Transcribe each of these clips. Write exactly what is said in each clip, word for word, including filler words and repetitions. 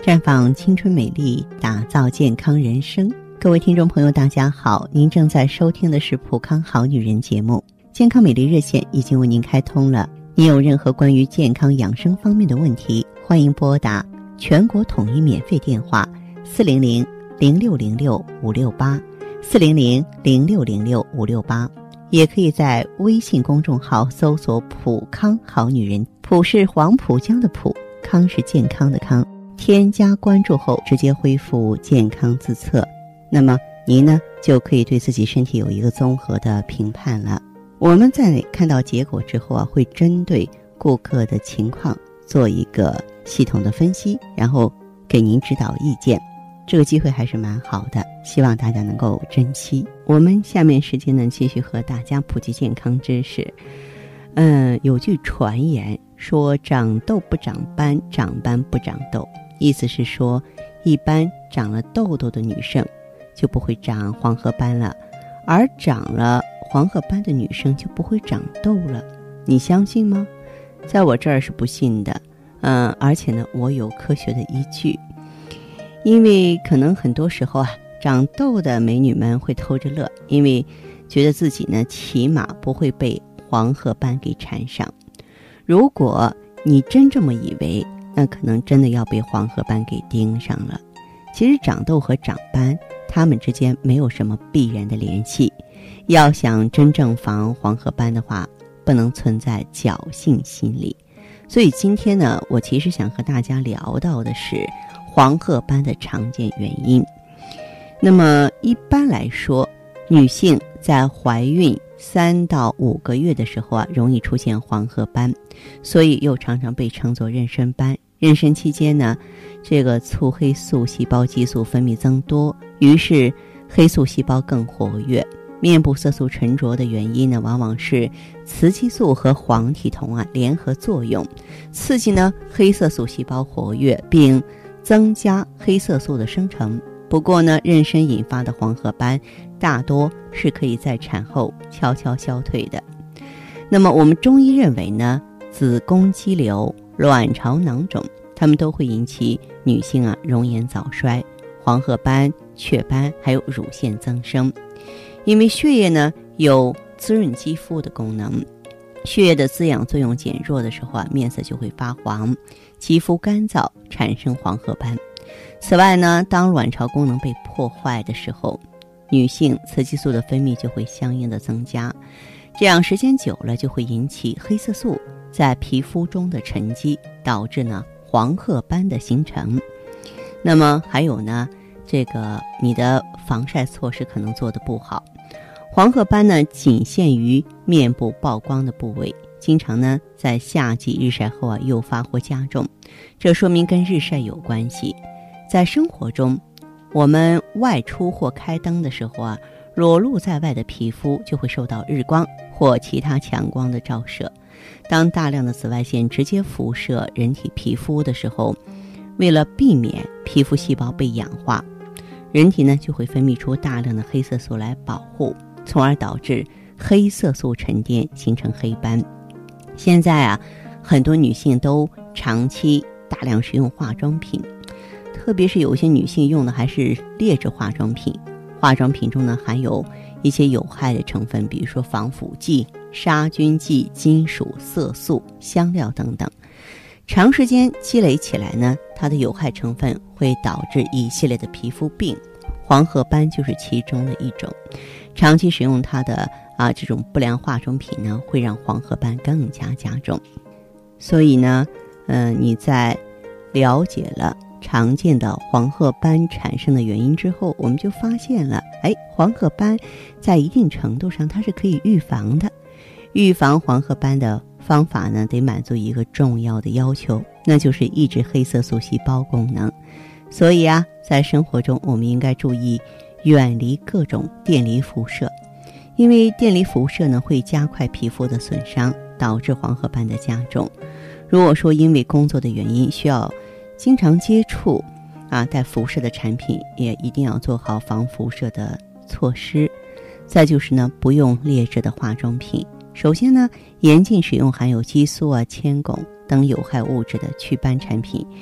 绽放青春美丽，打造健康人生。各位听众朋友大家好，您正在收听的是普康好女人节目，健康美丽热线已经为您开通了，您有任何关于健康养生方面的问题，欢迎拨打全国统一免费电话四零零零六零六五六八四零零零六零六五六八，也可以在微信公众号搜索普康好女人，普是黄浦江的普，康是健康的康，添加关注后直接恢复健康自测，那么您呢就可以对自己身体有一个综合的评判了。我们在看到结果之后啊，会针对顾客的情况做一个系统的分析，然后给您指导意见。这个机会还是蛮好的，希望大家能够珍惜。我们下面时间呢，继续和大家普及健康知识。嗯，有句传言说长痘不长斑，长斑不长痘，意思是说一般长了痘痘的女生就不会长黄褐斑了，而长了黄褐斑的女生就不会长痘了。你相信吗？在我这儿是不信的。嗯，而且呢我有科学的依据。因为可能很多时候啊，长痘的美女们会偷着乐，因为觉得自己呢起码不会被黄褐斑给缠上。如果你真这么以为，那可能真的要被黄褐斑给盯上了。其实长痘和长斑它们之间没有什么必然的联系，要想真正防黄褐斑的话，不能存在侥幸心理。所以今天呢，我其实想和大家聊到的是黄褐斑的常见原因。那么一般来说，女性在怀孕三到五个月的时候啊，容易出现黄褐斑，所以又常常被称作妊娠斑。妊娠期间呢，这个促黑素细胞激素分泌增多，于是黑素细胞更活跃。面部色素沉着的原因呢，往往是雌激素和黄体酮啊联合作用，刺激呢黑色素细胞活跃，并增加黑色素的生成。不过呢，妊娠引发的黄褐斑大多是可以在产后悄悄消退的。那么我们中医认为呢，子宫肌瘤、卵巢囊肿，它们都会引起女性啊容颜早衰、黄褐斑、雀斑，还有乳腺增生。因为血液呢有滋润肌肤的功能，血液的滋养作用减弱的时候啊，面色就会发黄，肌肤干燥，产生黄褐斑。此外呢，当卵巢功能被破坏的时候，女性雌激素的分泌就会相应的增加，这样时间久了就会引起黑色素在皮肤中的沉积，导致呢黄褐斑的形成。那么还有呢，这个你的防晒措施可能做得不好。黄褐斑呢仅限于面部曝光的部位，经常呢在夏季日晒后啊诱发或加重，这说明跟日晒有关系。在生活中，我们外出或开灯的时候啊，裸露在外的皮肤就会受到日光或其他强光的照射。当大量的紫外线直接辐射人体皮肤的时候，为了避免皮肤细胞被氧化，人体呢就会分泌出大量的黑色素来保护，从而导致黑色素沉淀，形成黑斑。现在啊，很多女性都长期大量使用化妆品，特别是有些女性用的还是劣质化妆品。化妆品中呢含有一些有害的成分，比如说防腐剂、杀菌剂、金属、色素、香料等等。长时间积累起来呢，它的有害成分会导致一系列的皮肤病，黄褐斑就是其中的一种。长期使用它的啊这种不良化妆品呢，会让黄褐斑更加加重。所以呢，呃，你在了解了常见的黄褐斑产生的原因之后，我们就发现了，哎，黄褐斑在一定程度上它是可以预防的。预防黄褐斑的方法呢，得满足一个重要的要求，那就是抑制黑色素细胞功能。所以啊，在生活中我们应该注意远离各种电离辐射，因为电离辐射呢会加快皮肤的损伤，导致黄褐斑的加重。如果说因为工作的原因需要经常接触啊带辐射的产品，也一定要做好防辐射的措施。再就是呢，不用劣质的化妆品。首先呢，严禁使用含有激素啊、铅汞等有害物质的祛斑产品，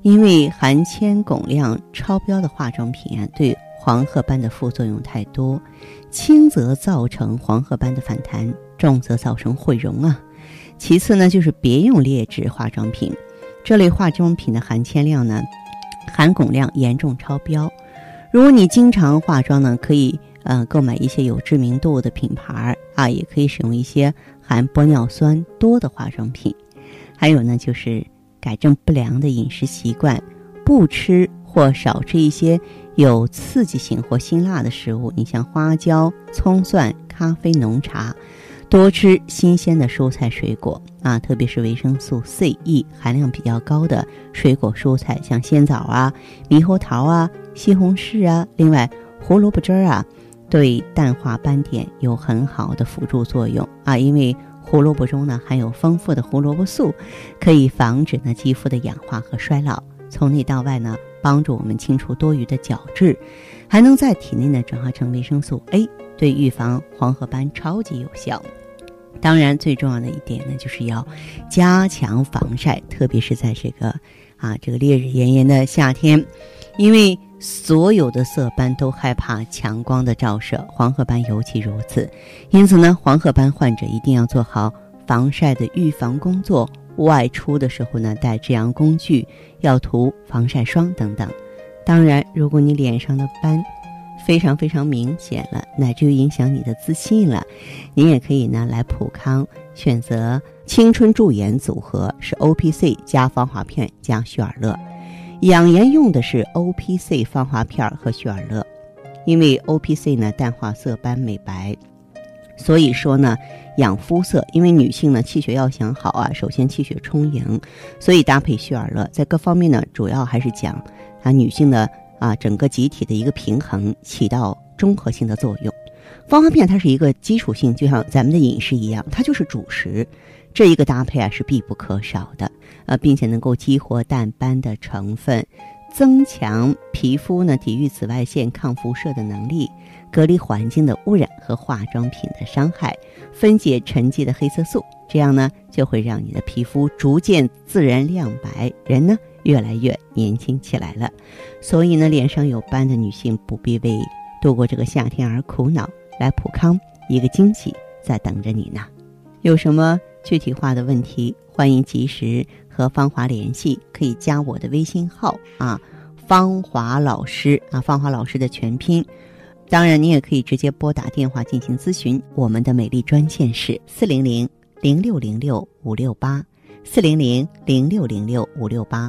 因为含铅汞量超标的化妆品啊，对黄褐斑的副作用太多，轻则造成黄褐斑的反弹，重则造成毁容啊。其次呢，就是别用劣质化妆品，这类化妆品的含铅量呢，含汞量严重超标。如果你经常化妆呢，可以呃购买一些有知名度的品牌啊，也可以使用一些含玻尿酸多的化妆品。还有呢，就是改正不良的饮食习惯，不吃或少吃一些有刺激性或辛辣的食物，你像花椒、葱蒜、咖啡、浓茶，多吃新鲜的蔬菜水果啊，特别是维生素 C、E 含量比较高的水果蔬菜，像鲜枣啊、猕猴桃啊、西红柿啊，另外胡萝卜汁儿啊，对淡化斑点有很好的辅助作用啊，因为胡萝卜中呢含有丰富的胡萝卜素，可以防止呢肌肤的氧化和衰老，从内到外呢帮助我们清除多余的角质，还能在体内呢转化成维生素 A， 对预防黄褐斑超级有效。当然最重要的一点呢，就是要加强防晒，特别是在这个啊这个烈日炎炎的夏天，因为所有的色斑都害怕强光的照射，黄褐斑尤其如此。因此呢，黄褐斑患者一定要做好防晒的预防工作，外出的时候呢带遮阳工具，要涂防晒霜等等。当然如果你脸上的斑非常非常明显了，乃至于影响你的自信了，你也可以呢来普康选择青春驻颜组合，是 O P C 加芳华片加旭尔乐。养颜用的是 O P C 芳华片和旭尔乐，因为 O P C 呢淡化色斑美白，所以说呢养肤色，因为女性呢气血要想好啊，首先气血充盈，所以搭配旭尔乐在各方面呢主要还是讲啊女性的啊整个集体的一个平衡，起到综合性的作用。芳华片它是一个基础性，就像咱们的饮食一样，它就是主食，这一个搭配啊是必不可少的，呃，并且能够激活淡斑的成分，增强皮肤呢抵御紫外线、抗辐射的能力，隔离环境的污染和化妆品的伤害，分解沉积的黑色素，这样呢就会让你的皮肤逐渐自然亮白，人呢越来越年轻起来了。所以呢，脸上有斑的女性不必为度过这个夏天而苦恼，来普康，一个惊喜在等着你呢。有什么具体化的问题，欢迎及时和芳华联系，可以加我的微信号啊，芳华老师啊，芳华老师的全拼。当然你也可以直接拨打电话进行咨询，我们的美丽专线是四零零零六零六五六八，四零零零六零六五六八。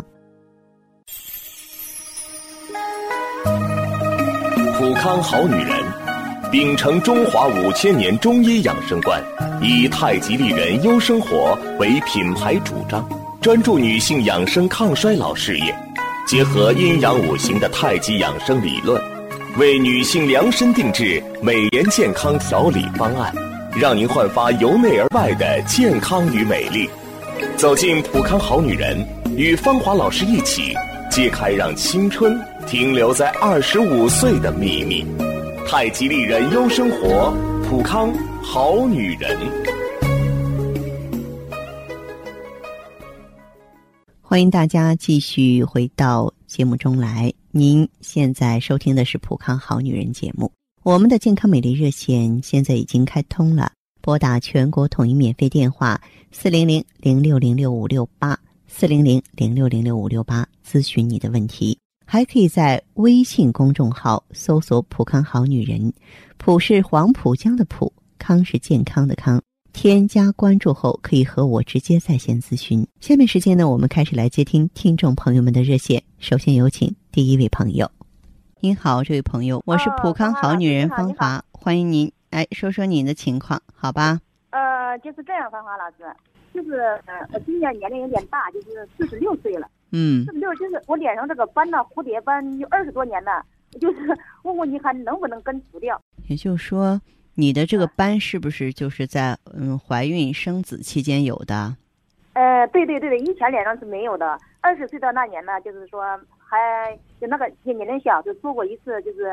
普康好女人，秉承中华五千年中医养生观，以太极丽人优生活为品牌主张，专注女性养生抗衰老事业，结合阴阳五行的太极养生理论，为女性量身定制美颜健康调理方案，让您焕发由内而外的健康与美丽。走进普康好女人，与芳华老师一起揭开让青春停留在二十五岁的秘密。太极丽人优生活，普康好女人。 欢迎大家继续回到节目中来，您现在收听的是普康好女人节目。我们的健康美丽热线现在已经开通了，拨打全国统一免费电话四零零零六零六五六八，四零零零六零六五六八咨询你的问题。还可以在微信公众号搜索普康好女人，普是黄浦江的浦，康是健康的康，添加关注后可以和我直接在线咨询。下面时间呢，我们开始来接听听众朋友们的热线。首先有请第一位朋友。您好，这位朋友，我是普康好女人芳华，欢迎您。哎，说说您的情况，好吧？ 呃，就是这样，芳华老师，就是呃，我今年年龄有点大，就是四十六岁了。 嗯， 四十六就是我脸上这个斑呢，蝴蝶斑有二十多年了，就是问问你还能不能根除掉？ 也就是说，你的这个斑是不是就是在嗯怀孕生子期间有的？ 呃，对对对对，以前脸上是没有的。二十岁的那年呢，就是说还就那个年龄小，就做过一次就是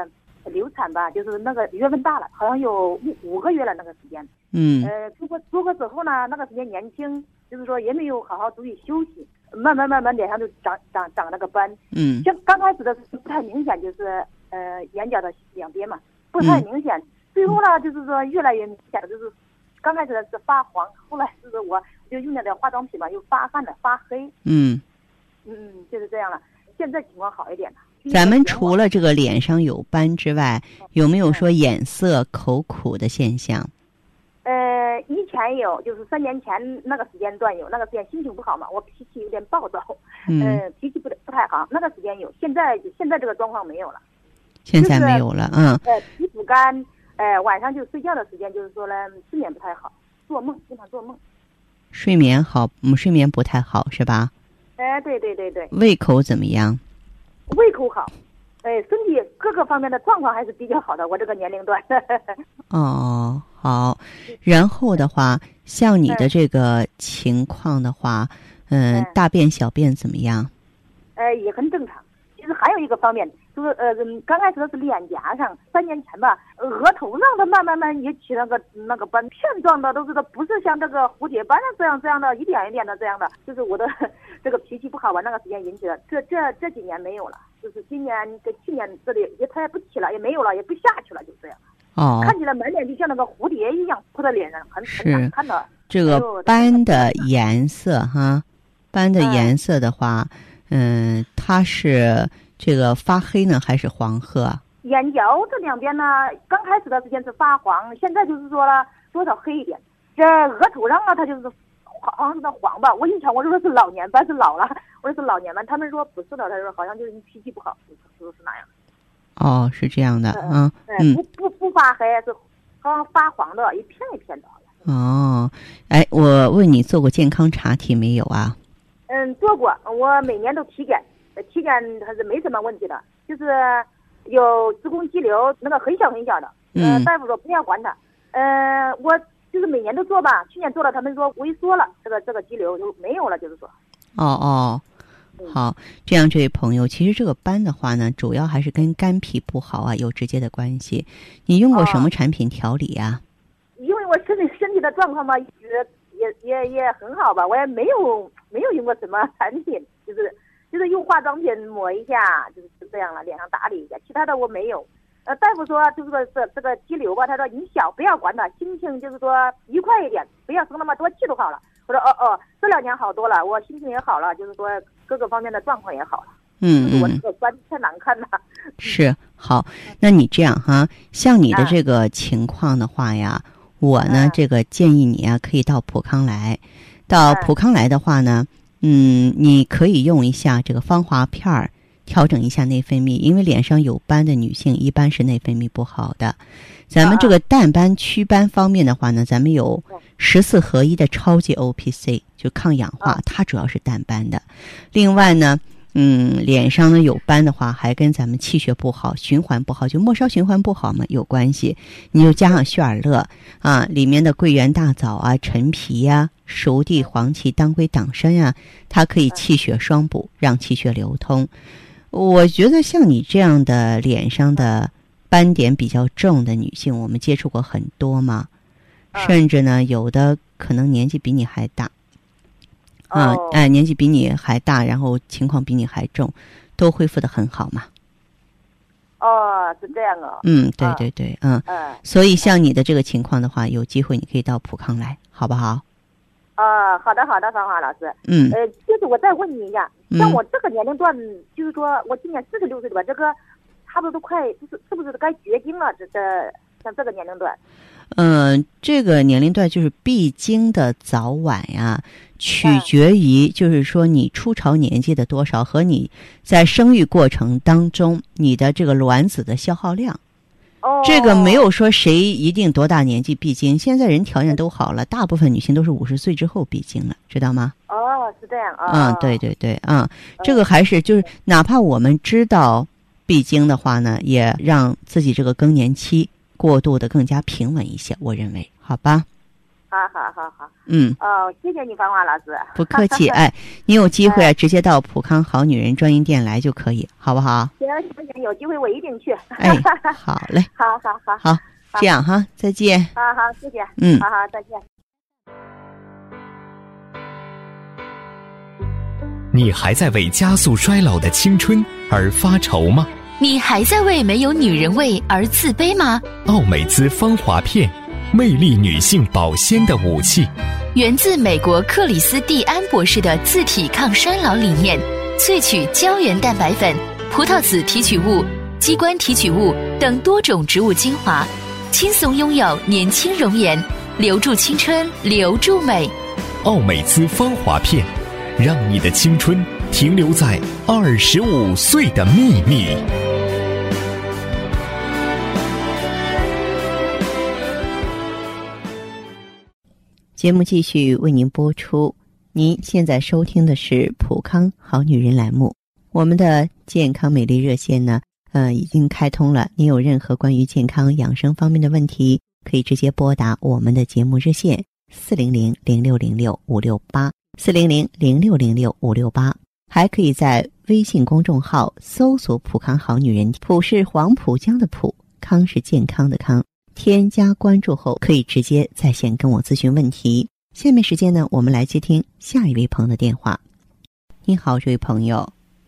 流产吧，就是那个月份大了，好像有五五个月了那个时间。 嗯。 呃，做过做过之后呢，那个时间年轻，就是说也没有好好注意休息，慢慢慢慢脸上就长长长那个斑。 嗯。 像刚开始的不太明显，就是呃眼角的两边嘛，不太明显。嗯、最后呢，就是说越来越明显的，就是刚开始的是发黄，后来就是我就用那点化妆品嘛，又发汗了，发黑。 嗯。 嗯，就是这样了。现在情况好一点了。 咱们除了这个脸上有斑之外，有没有说眼涩、口苦的现象？ 呃，以前有，就是三年前那个时间段有，那个时间心情不好嘛，我脾气有点暴躁，嗯、呃，脾气不不太好，那个时间有。现在现在这个状况没有了。 现在没有了，就是、嗯。 呃，皮肤干，呃，晚上就睡觉的时间，就是说呢，睡眠不太好，做梦经常做梦。 睡眠好，嗯，睡眠不太好是吧？ 哎、呃，对对对对。 胃口怎么样？ 胃口好，哎，身体各个方面的状况还是比较好的。我这个年龄段。 哦，好。然后的话，像你的这个情况的话，嗯，嗯大便小便怎么样？ 呃，也很正常。其实还有一个方面，就是呃，刚开始的是脸颊上，三年前吧，额头上的慢慢慢也起那个那个斑，片状的都是的，不是像这个蝴蝶斑这样这样的，一点一点的这样的。就是我的这个脾气不好吧，那个时间引起的。这这这几年没有了，就是今年跟去年这里也它也不起了，也没有了，也不下去了，就这样。 哦。 看起来满脸就像那个蝴蝶一样扑在脸上，很很难看的。 这个斑的颜色哈，斑的颜色的话。嗯嗯，它是这个发黑呢，还是黄褐？ 眼角这两边呢，刚开始的时间是发黄，现在就是说了多少黑一点。这额头上啊，它就是好像是那黄吧。我一想，我说是老年斑，是老了，我说是老年斑。他们说不是的，他说好像就是你脾气不好，就是那样。 哦，是这样的， 嗯嗯，不不不发黑，是好像发黄的，一片一片的。 哦，哎，我问你做过健康查体没有啊？ 嗯，做过，我每年都体检，体检还是没什么问题的，就是有子宫肌瘤，那个很小很小的，呃， 嗯， 大夫说不要管它，呃，我就是每年都做吧，去年做了，他们说萎缩了，这个这个肌瘤就没有了，就是说。 哦哦，好，这样这位朋友，其实这个斑的话呢，主要还是跟肝脾不好啊有直接的关系。你用过什么产品调理呀？ 哦、因为我身体身体的状况嘛，一直也也也很好吧，我也没有。没有用过什么产品，就是就是用化妆品抹一下，就是这样了，脸上打理一下，其他的我没有。呃，大夫说就是说这这个肌瘤吧，他说你小不要管它，心情就是说愉快一点，不要生那么多气就好了。我说哦哦，这两年好多了，我心情也好了，就是说各个方面的状况也好了。 嗯嗯， 我这个斑太难看了。 是，好，那你这样哈，像你的这个情况的话呀，啊、我呢、啊、这个建议你啊，可以到普康来。到普康来的话呢，嗯，你可以用一下这个芳华片儿，调整一下内分泌，因为脸上有斑的女性一般是内分泌不好的。咱们这个淡斑祛斑方面的话呢，咱们有十四合一的超级 O P C， 就抗氧化，它主要是淡斑的。另外呢，嗯，脸上呢有斑的话，还跟咱们气血不好、循环不好，就末梢循环不好嘛有关系。你就加上血尔乐啊，里面的桂圆、大枣啊、陈皮呀、啊、熟地、黄芪、当归、党参啊，它可以气血双补，让气血流通。我觉得像你这样的脸上的斑点比较重的女性，我们接触过很多嘛，甚至呢有的可能年纪比你还大。啊，哎，年纪比你还大，然后情况比你还重，都恢复得很好嘛。 哦，是这样哦。 嗯，对对对，嗯。嗯。所以像你的这个情况的话，有机会你可以到普康来，好不好？ 啊，好的好的，芳华老师。 嗯。 呃，就是我再问你一下，像我这个年龄段，嗯、就是说我今年四十六岁对吧？这个差不多都快，就是是不是该绝经了？这这像这个年龄段。 嗯、呃，这个年龄段就是必经的早晚呀，取决于就是说你初潮年纪的多少和你在生育过程当中你的这个卵子的消耗量。 哦， 这个没有说谁一定多大年纪必经，现在人条件都好了，大部分女性都是五十岁之后必经了，知道吗？ 哦，是这样啊。 嗯，对对对，嗯，这个还是就是哪怕我们知道必经的话呢，也让自己这个更年期过渡的更加平稳一些，我认为，好吧？ 好好好好。 嗯。 哦，谢谢你，芳华老师。 不客气，哎，你有机会啊，直接到普康好女人专营店来就可以，好不好？ 行行行，有机会我一定去。 哎，好嘞。 好好好。 好，这样哈，再见。 好好，谢谢。 嗯， 好好，再见。 你还在为加速衰老的青春而发愁吗？ 你还在为没有女人味而自卑吗？ 奥美姿芳华片，魅力女性保鲜的武器。 源自美国克里斯蒂安博士的自体抗衰老理念，萃取胶原蛋白粉、葡萄籽提取物、鸡冠提取物等多种植物精华，轻松拥有年轻容颜，留住青春，留住美。 奥美姿芳华片，让你的青春停留在二十五岁的秘密。 节目继续为您播出，您现在收听的是普康好女人栏目。我们的健康美丽热线呢，呃，已经开通了。您有任何关于健康养生方面的问题，可以直接拨打我们的节目热线四零零零六零六五六八四零零零六零六五六八，还可以在微信公众号搜索普康好女人，普是黄浦江的浦，康是健康的康。添加关注后，可以直接在线跟我咨询问题。下面时间呢，我们来接听下一位朋友的电话。你好，这位朋友。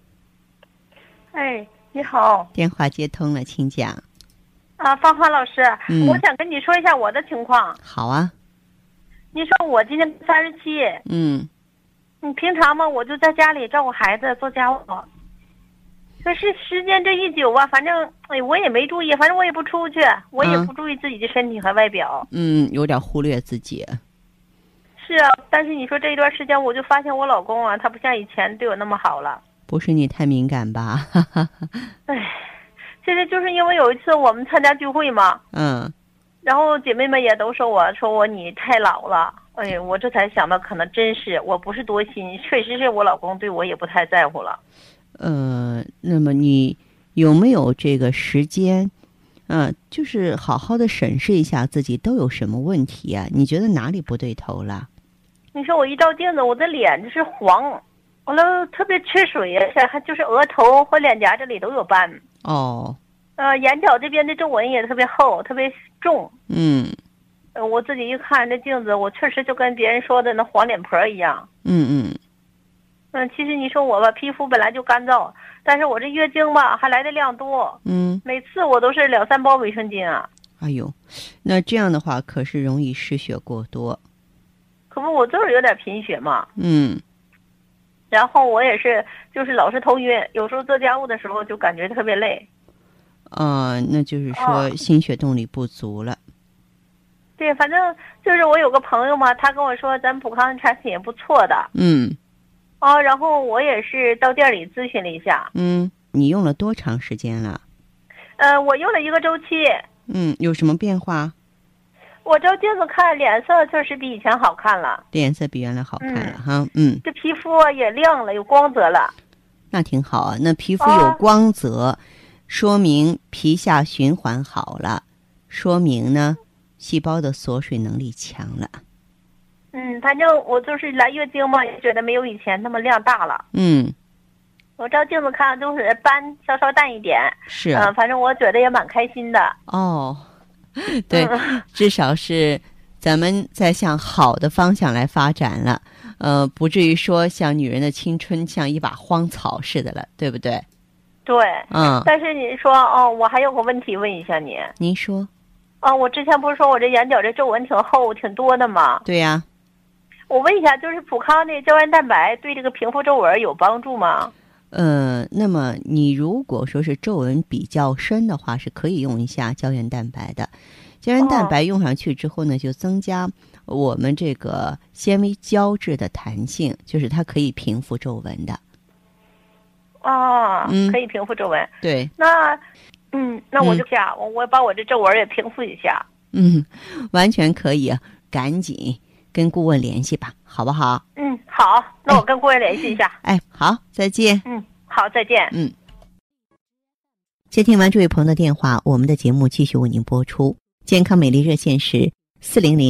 哎，你好。 电话接通了，请讲。 啊，芳华老师、 嗯， 我想跟你说一下我的情况。 好啊。 你说我今年三十七。 嗯。 你平常嘛，我就在家里照顾孩子，做家务。可是时间这一久啊，反正哎，我也没注意，反正我也不出去，我也不注意自己的身体和外表。 嗯，有点忽略自己。 是啊，但是你说这一段时间，我就发现我老公啊，他不像以前对我那么好了。 不是你太敏感吧？ 哎，现在就是因为有一次我们参加聚会嘛， 嗯， 然后姐妹们也都说我说我你太老了。哎，我这才想到，可能真是我不是多心，确实是我老公对我也不太在乎了。 呃，那么你有没有这个时间，嗯、呃，就是好好的审视一下自己都有什么问题啊？你觉得哪里不对头了？ 你说我一照镜子，我的脸就是黄，完了特别缺水，而且还就是额头和脸颊这里都有斑。 哦。 呃，眼角这边的皱纹也特别厚，特别重。 嗯。 呃，我自己一看这镜子，我确实就跟别人说的那黄脸婆一样。 嗯嗯。 嗯，其实你说我吧，皮肤本来就干燥，但是我这月经吧还来的量多， 嗯， 每次我都是两三包卫生巾啊。 哎呦，那这样的话可是容易失血过多。 可不，我就是有点贫血嘛。 嗯。 然后我也是，就是老是头晕，有时候做家务的时候就感觉特别累。 啊、呃，那就是说心血动力不足了。 哦、对，反正就是我有个朋友嘛，他跟我说咱普康的产品也不错的。 嗯。 哦，然后我也是到店里咨询了一下。 嗯，你用了多长时间了？ 呃，我用了一个周期。 嗯，有什么变化？ 我照镜子看，脸色确实比以前好看了。 脸色比原来好看了、 嗯、 哈，嗯。 这皮肤也亮了，有光泽了。 那挺好啊，那皮肤有光泽，哦、说明皮下循环好了，说明呢，细胞的锁水能力强了。 嗯，反正我就是来月经嘛，也觉得没有以前那么量大了。 嗯， 我照镜子看都是斑稍稍淡一点。 是。 嗯、呃，反正我觉得也蛮开心的。 哦，对，嗯、至少是咱们在向好的方向来发展了，呃，不至于说像女人的青春像一把荒草似的了，对不对？ 对。 嗯。 但是你说，哦，我还有个问题问一下你。 您说。 啊、哦，我之前不是说我这眼角这皱纹挺厚挺多的吗？ 对呀、啊。 我问一下，就是普康的胶原蛋白对这个平复皱纹有帮助吗？ 呃，那么你如果说是皱纹比较深的话，是可以用一下胶原蛋白的。胶原蛋白用上去之后呢，哦、就增加我们这个纤维胶质的弹性，就是它可以平复皱纹的。 哦， 嗯、 可以平复皱纹。 对。 那，嗯，那我就下，我、嗯、我把我这皱纹也平复一下。 嗯，完全可以，赶紧跟顾问联系吧，好不好？ 嗯，好，那我跟顾问联系一下。 哎，好，再见。 嗯，好，再见。 嗯。接听完这位朋友的电话，我们的节目继续为您播出。健康美丽热线是四零零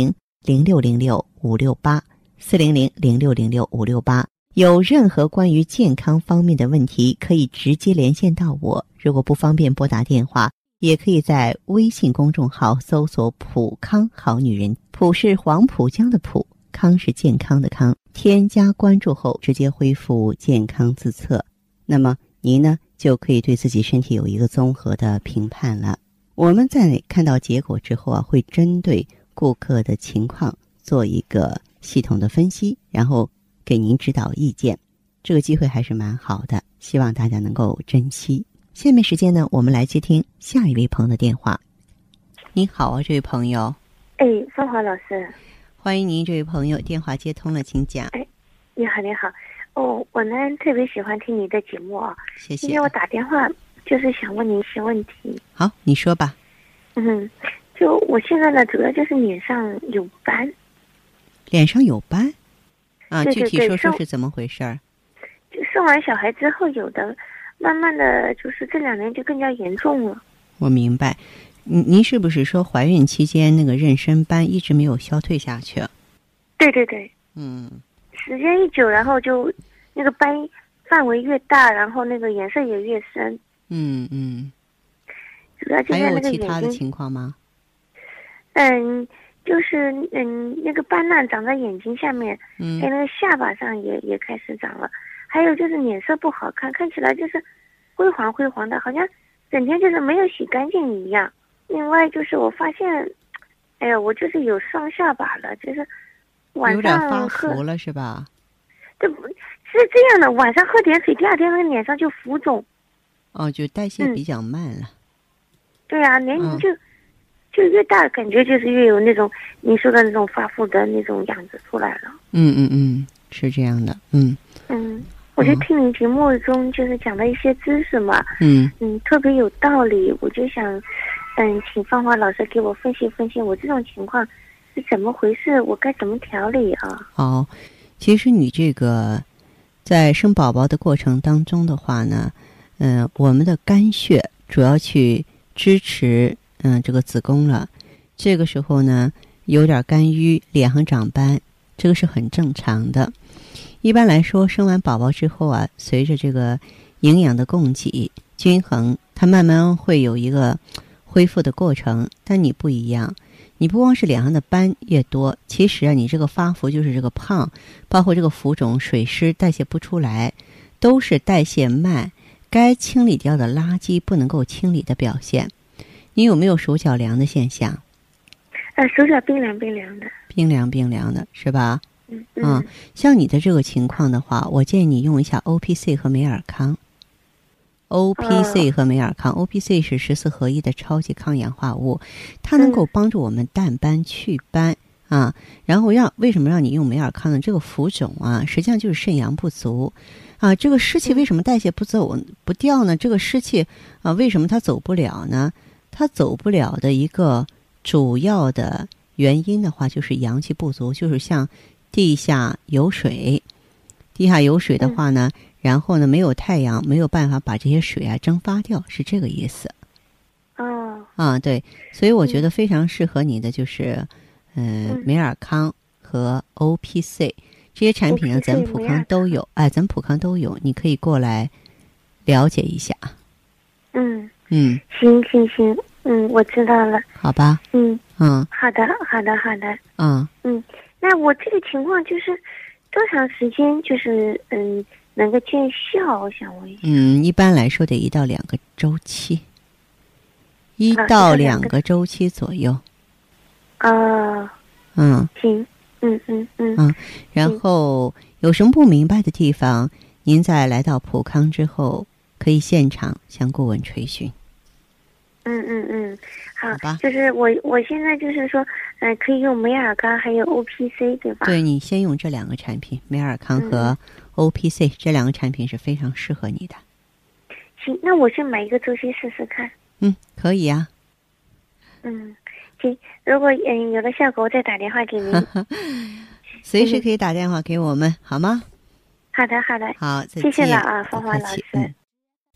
零六零六五六八，四零零零六零六五六八。有任何关于健康方面的问题，可以直接连线到我。如果不方便拨打电话，也可以在微信公众号搜索普康好女人，普是黄浦江的浦，康是健康的康，添加关注后直接恢复健康自测。那么您呢，就可以对自己身体有一个综合的评判了。我们在看到结果之后啊，会针对顾客的情况做一个系统的分析，然后给您指导意见。这个机会还是蛮好的，希望大家能够珍惜。下面时间呢，我们来接听下一位朋友的电话。您好啊，这位朋友。 哎，芳华老师。 欢迎您，这位朋友，电话接通了，请讲。 哎，你好，你好。哦，我呢特别喜欢听你的节目啊。 谢谢。 今天我打电话就是想问你一些问题。 好，你说吧。 嗯，就我现在呢，主要就是脸上有斑。 脸上有斑？啊， 对对对， 具体说说是怎么回事儿？ 就生完小孩之后有的。慢慢的就是这两年就更加严重了。 我明白，您您是不是说怀孕期间那个妊娠斑一直没有消退下去？ 对对对。 嗯。 时间一久，然后就那个斑范围越大，然后那个颜色也越深。 嗯嗯。 主要就在那个眼睛。 还有其他的情况吗？ 嗯，就是嗯那个斑呢长在眼睛下面， 嗯， 还有那个下巴上也也开始长了。还有就是脸色不好看，看起来就是灰黄灰黄的，好像整天就是没有洗干净一样。另外就是我发现，哎呀，我就是有双下巴了，就是晚上有点发福了是吧？ 这不是这样的，晚上喝点水，第二天那个脸上就浮肿。 哦，就代谢比较慢了。嗯、 对啊，年龄就、嗯、就越大，感觉就是越有那种你说的那种发福的那种样子出来了。 嗯嗯嗯，是这样的，嗯嗯。我就听你节目中就是讲的一些知识嘛， 嗯嗯，特别有道理。我就想，嗯，请芳华老师给我分析分析，我这种情况是怎么回事，我该怎么调理啊？ 哦，其实你这个在生宝宝的过程当中的话呢，嗯、呃，我们的肝血主要去支持嗯、呃、这个子宫了，这个时候呢有点肝郁，脸上长斑，这个是很正常的。一般来说，生完宝宝之后啊，随着这个营养的供给均衡，它慢慢会有一个恢复的过程。但你不一样，你不光是脸上的斑越多，其实啊，你这个发福就是这个胖，包括这个浮肿、水湿代谢不出来，都是代谢慢，该清理掉的垃圾不能够清理的表现。你有没有手脚凉的现象？ 呃，手脚冰凉冰凉的。 冰凉冰凉的是吧？ 嗯嗯，像你的这个情况的话，我建议你用一下 O P C 和美尔康。O P C 和美尔康、哦、O P C 是十四合一的超级抗氧化物，它能够帮助我们淡斑祛斑、嗯、啊。然后让为什么让你用美尔康呢？这个浮肿啊，实际上就是肾阳不足啊。这个湿气为什么代谢不走不掉呢？这个湿气啊，为什么它走不了呢？它走不了的一个主要的原因的话，就是阳气不足，就是像地下有水，地下有水的话呢、嗯，然后呢没有太阳，没有办法把这些水啊蒸发掉，是这个意思。 哦， 啊，对，所以我觉得非常适合你的就是，呃、嗯，美尔康和 O P C 这些产品呢，咱们普康都有，哎，咱们普康都有，你可以过来了解一下。 嗯嗯， 行行行，嗯，我知道了。 好吧。 嗯嗯， 好的好的好的。 嗯嗯。那我这个情况就是多长时间就是嗯能够见效？我想问一下。 嗯，一般来说得一到两个周期，一到两个周期左右。 啊、呃。 嗯。 行。嗯嗯嗯。 嗯，然后有什么不明白的地方，您在来到普康之后，可以现场向顾问垂询。 嗯嗯嗯，好， 好吧， 就是我我现在就是说，嗯、呃，可以用美尔康还有 O P C 对吧？ 对，你先用这两个产品，美尔康和 O P C、嗯、这两个产品是非常适合你的。 行，那我先买一个周期试试看。 嗯，可以啊。 嗯，行，如果嗯有了效果，我再打电话给您。 随时可以打电话给我们，嗯、好吗？ 好的，好的。 好，再见。 谢谢了啊，芳华老师。 嗯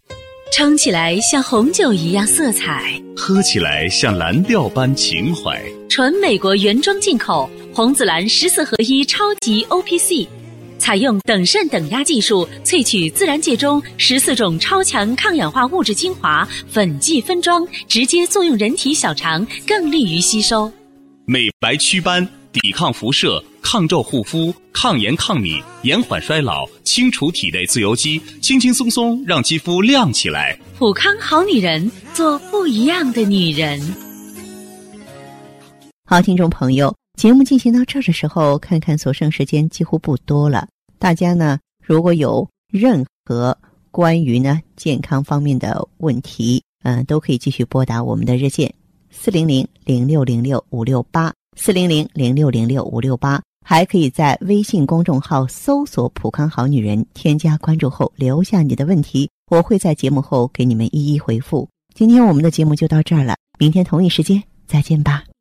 冲起来像红酒一样色彩， 喝起来像蓝调般情怀。 纯美国原装进口红紫蓝十四合一超级 O P C， 采用等渗等压技术萃取自然界中十四种超强抗氧化物质精华，粉剂分装，直接作用人体小肠，更利于吸收。 美白祛斑，抵抗辐射，抗皱护肤，抗炎抗敏，延缓衰老，清除体内自由基，轻轻松松让肌肤亮起来。 普康好女人，做不一样的女人。 好，听众朋友，节目进行到这儿的时候，看看所剩时间几乎不多了。大家呢，如果有任何关于呢健康方面的问题，嗯、呃，都可以继续拨打我们的热线四零零零六零六五六八四零零零六零六五六八，还可以在微信公众号搜索普康好女人，添加关注后留下你的问题，我会在节目后给你们一一回复。今天我们的节目就到这儿了，明天同一时间再见吧。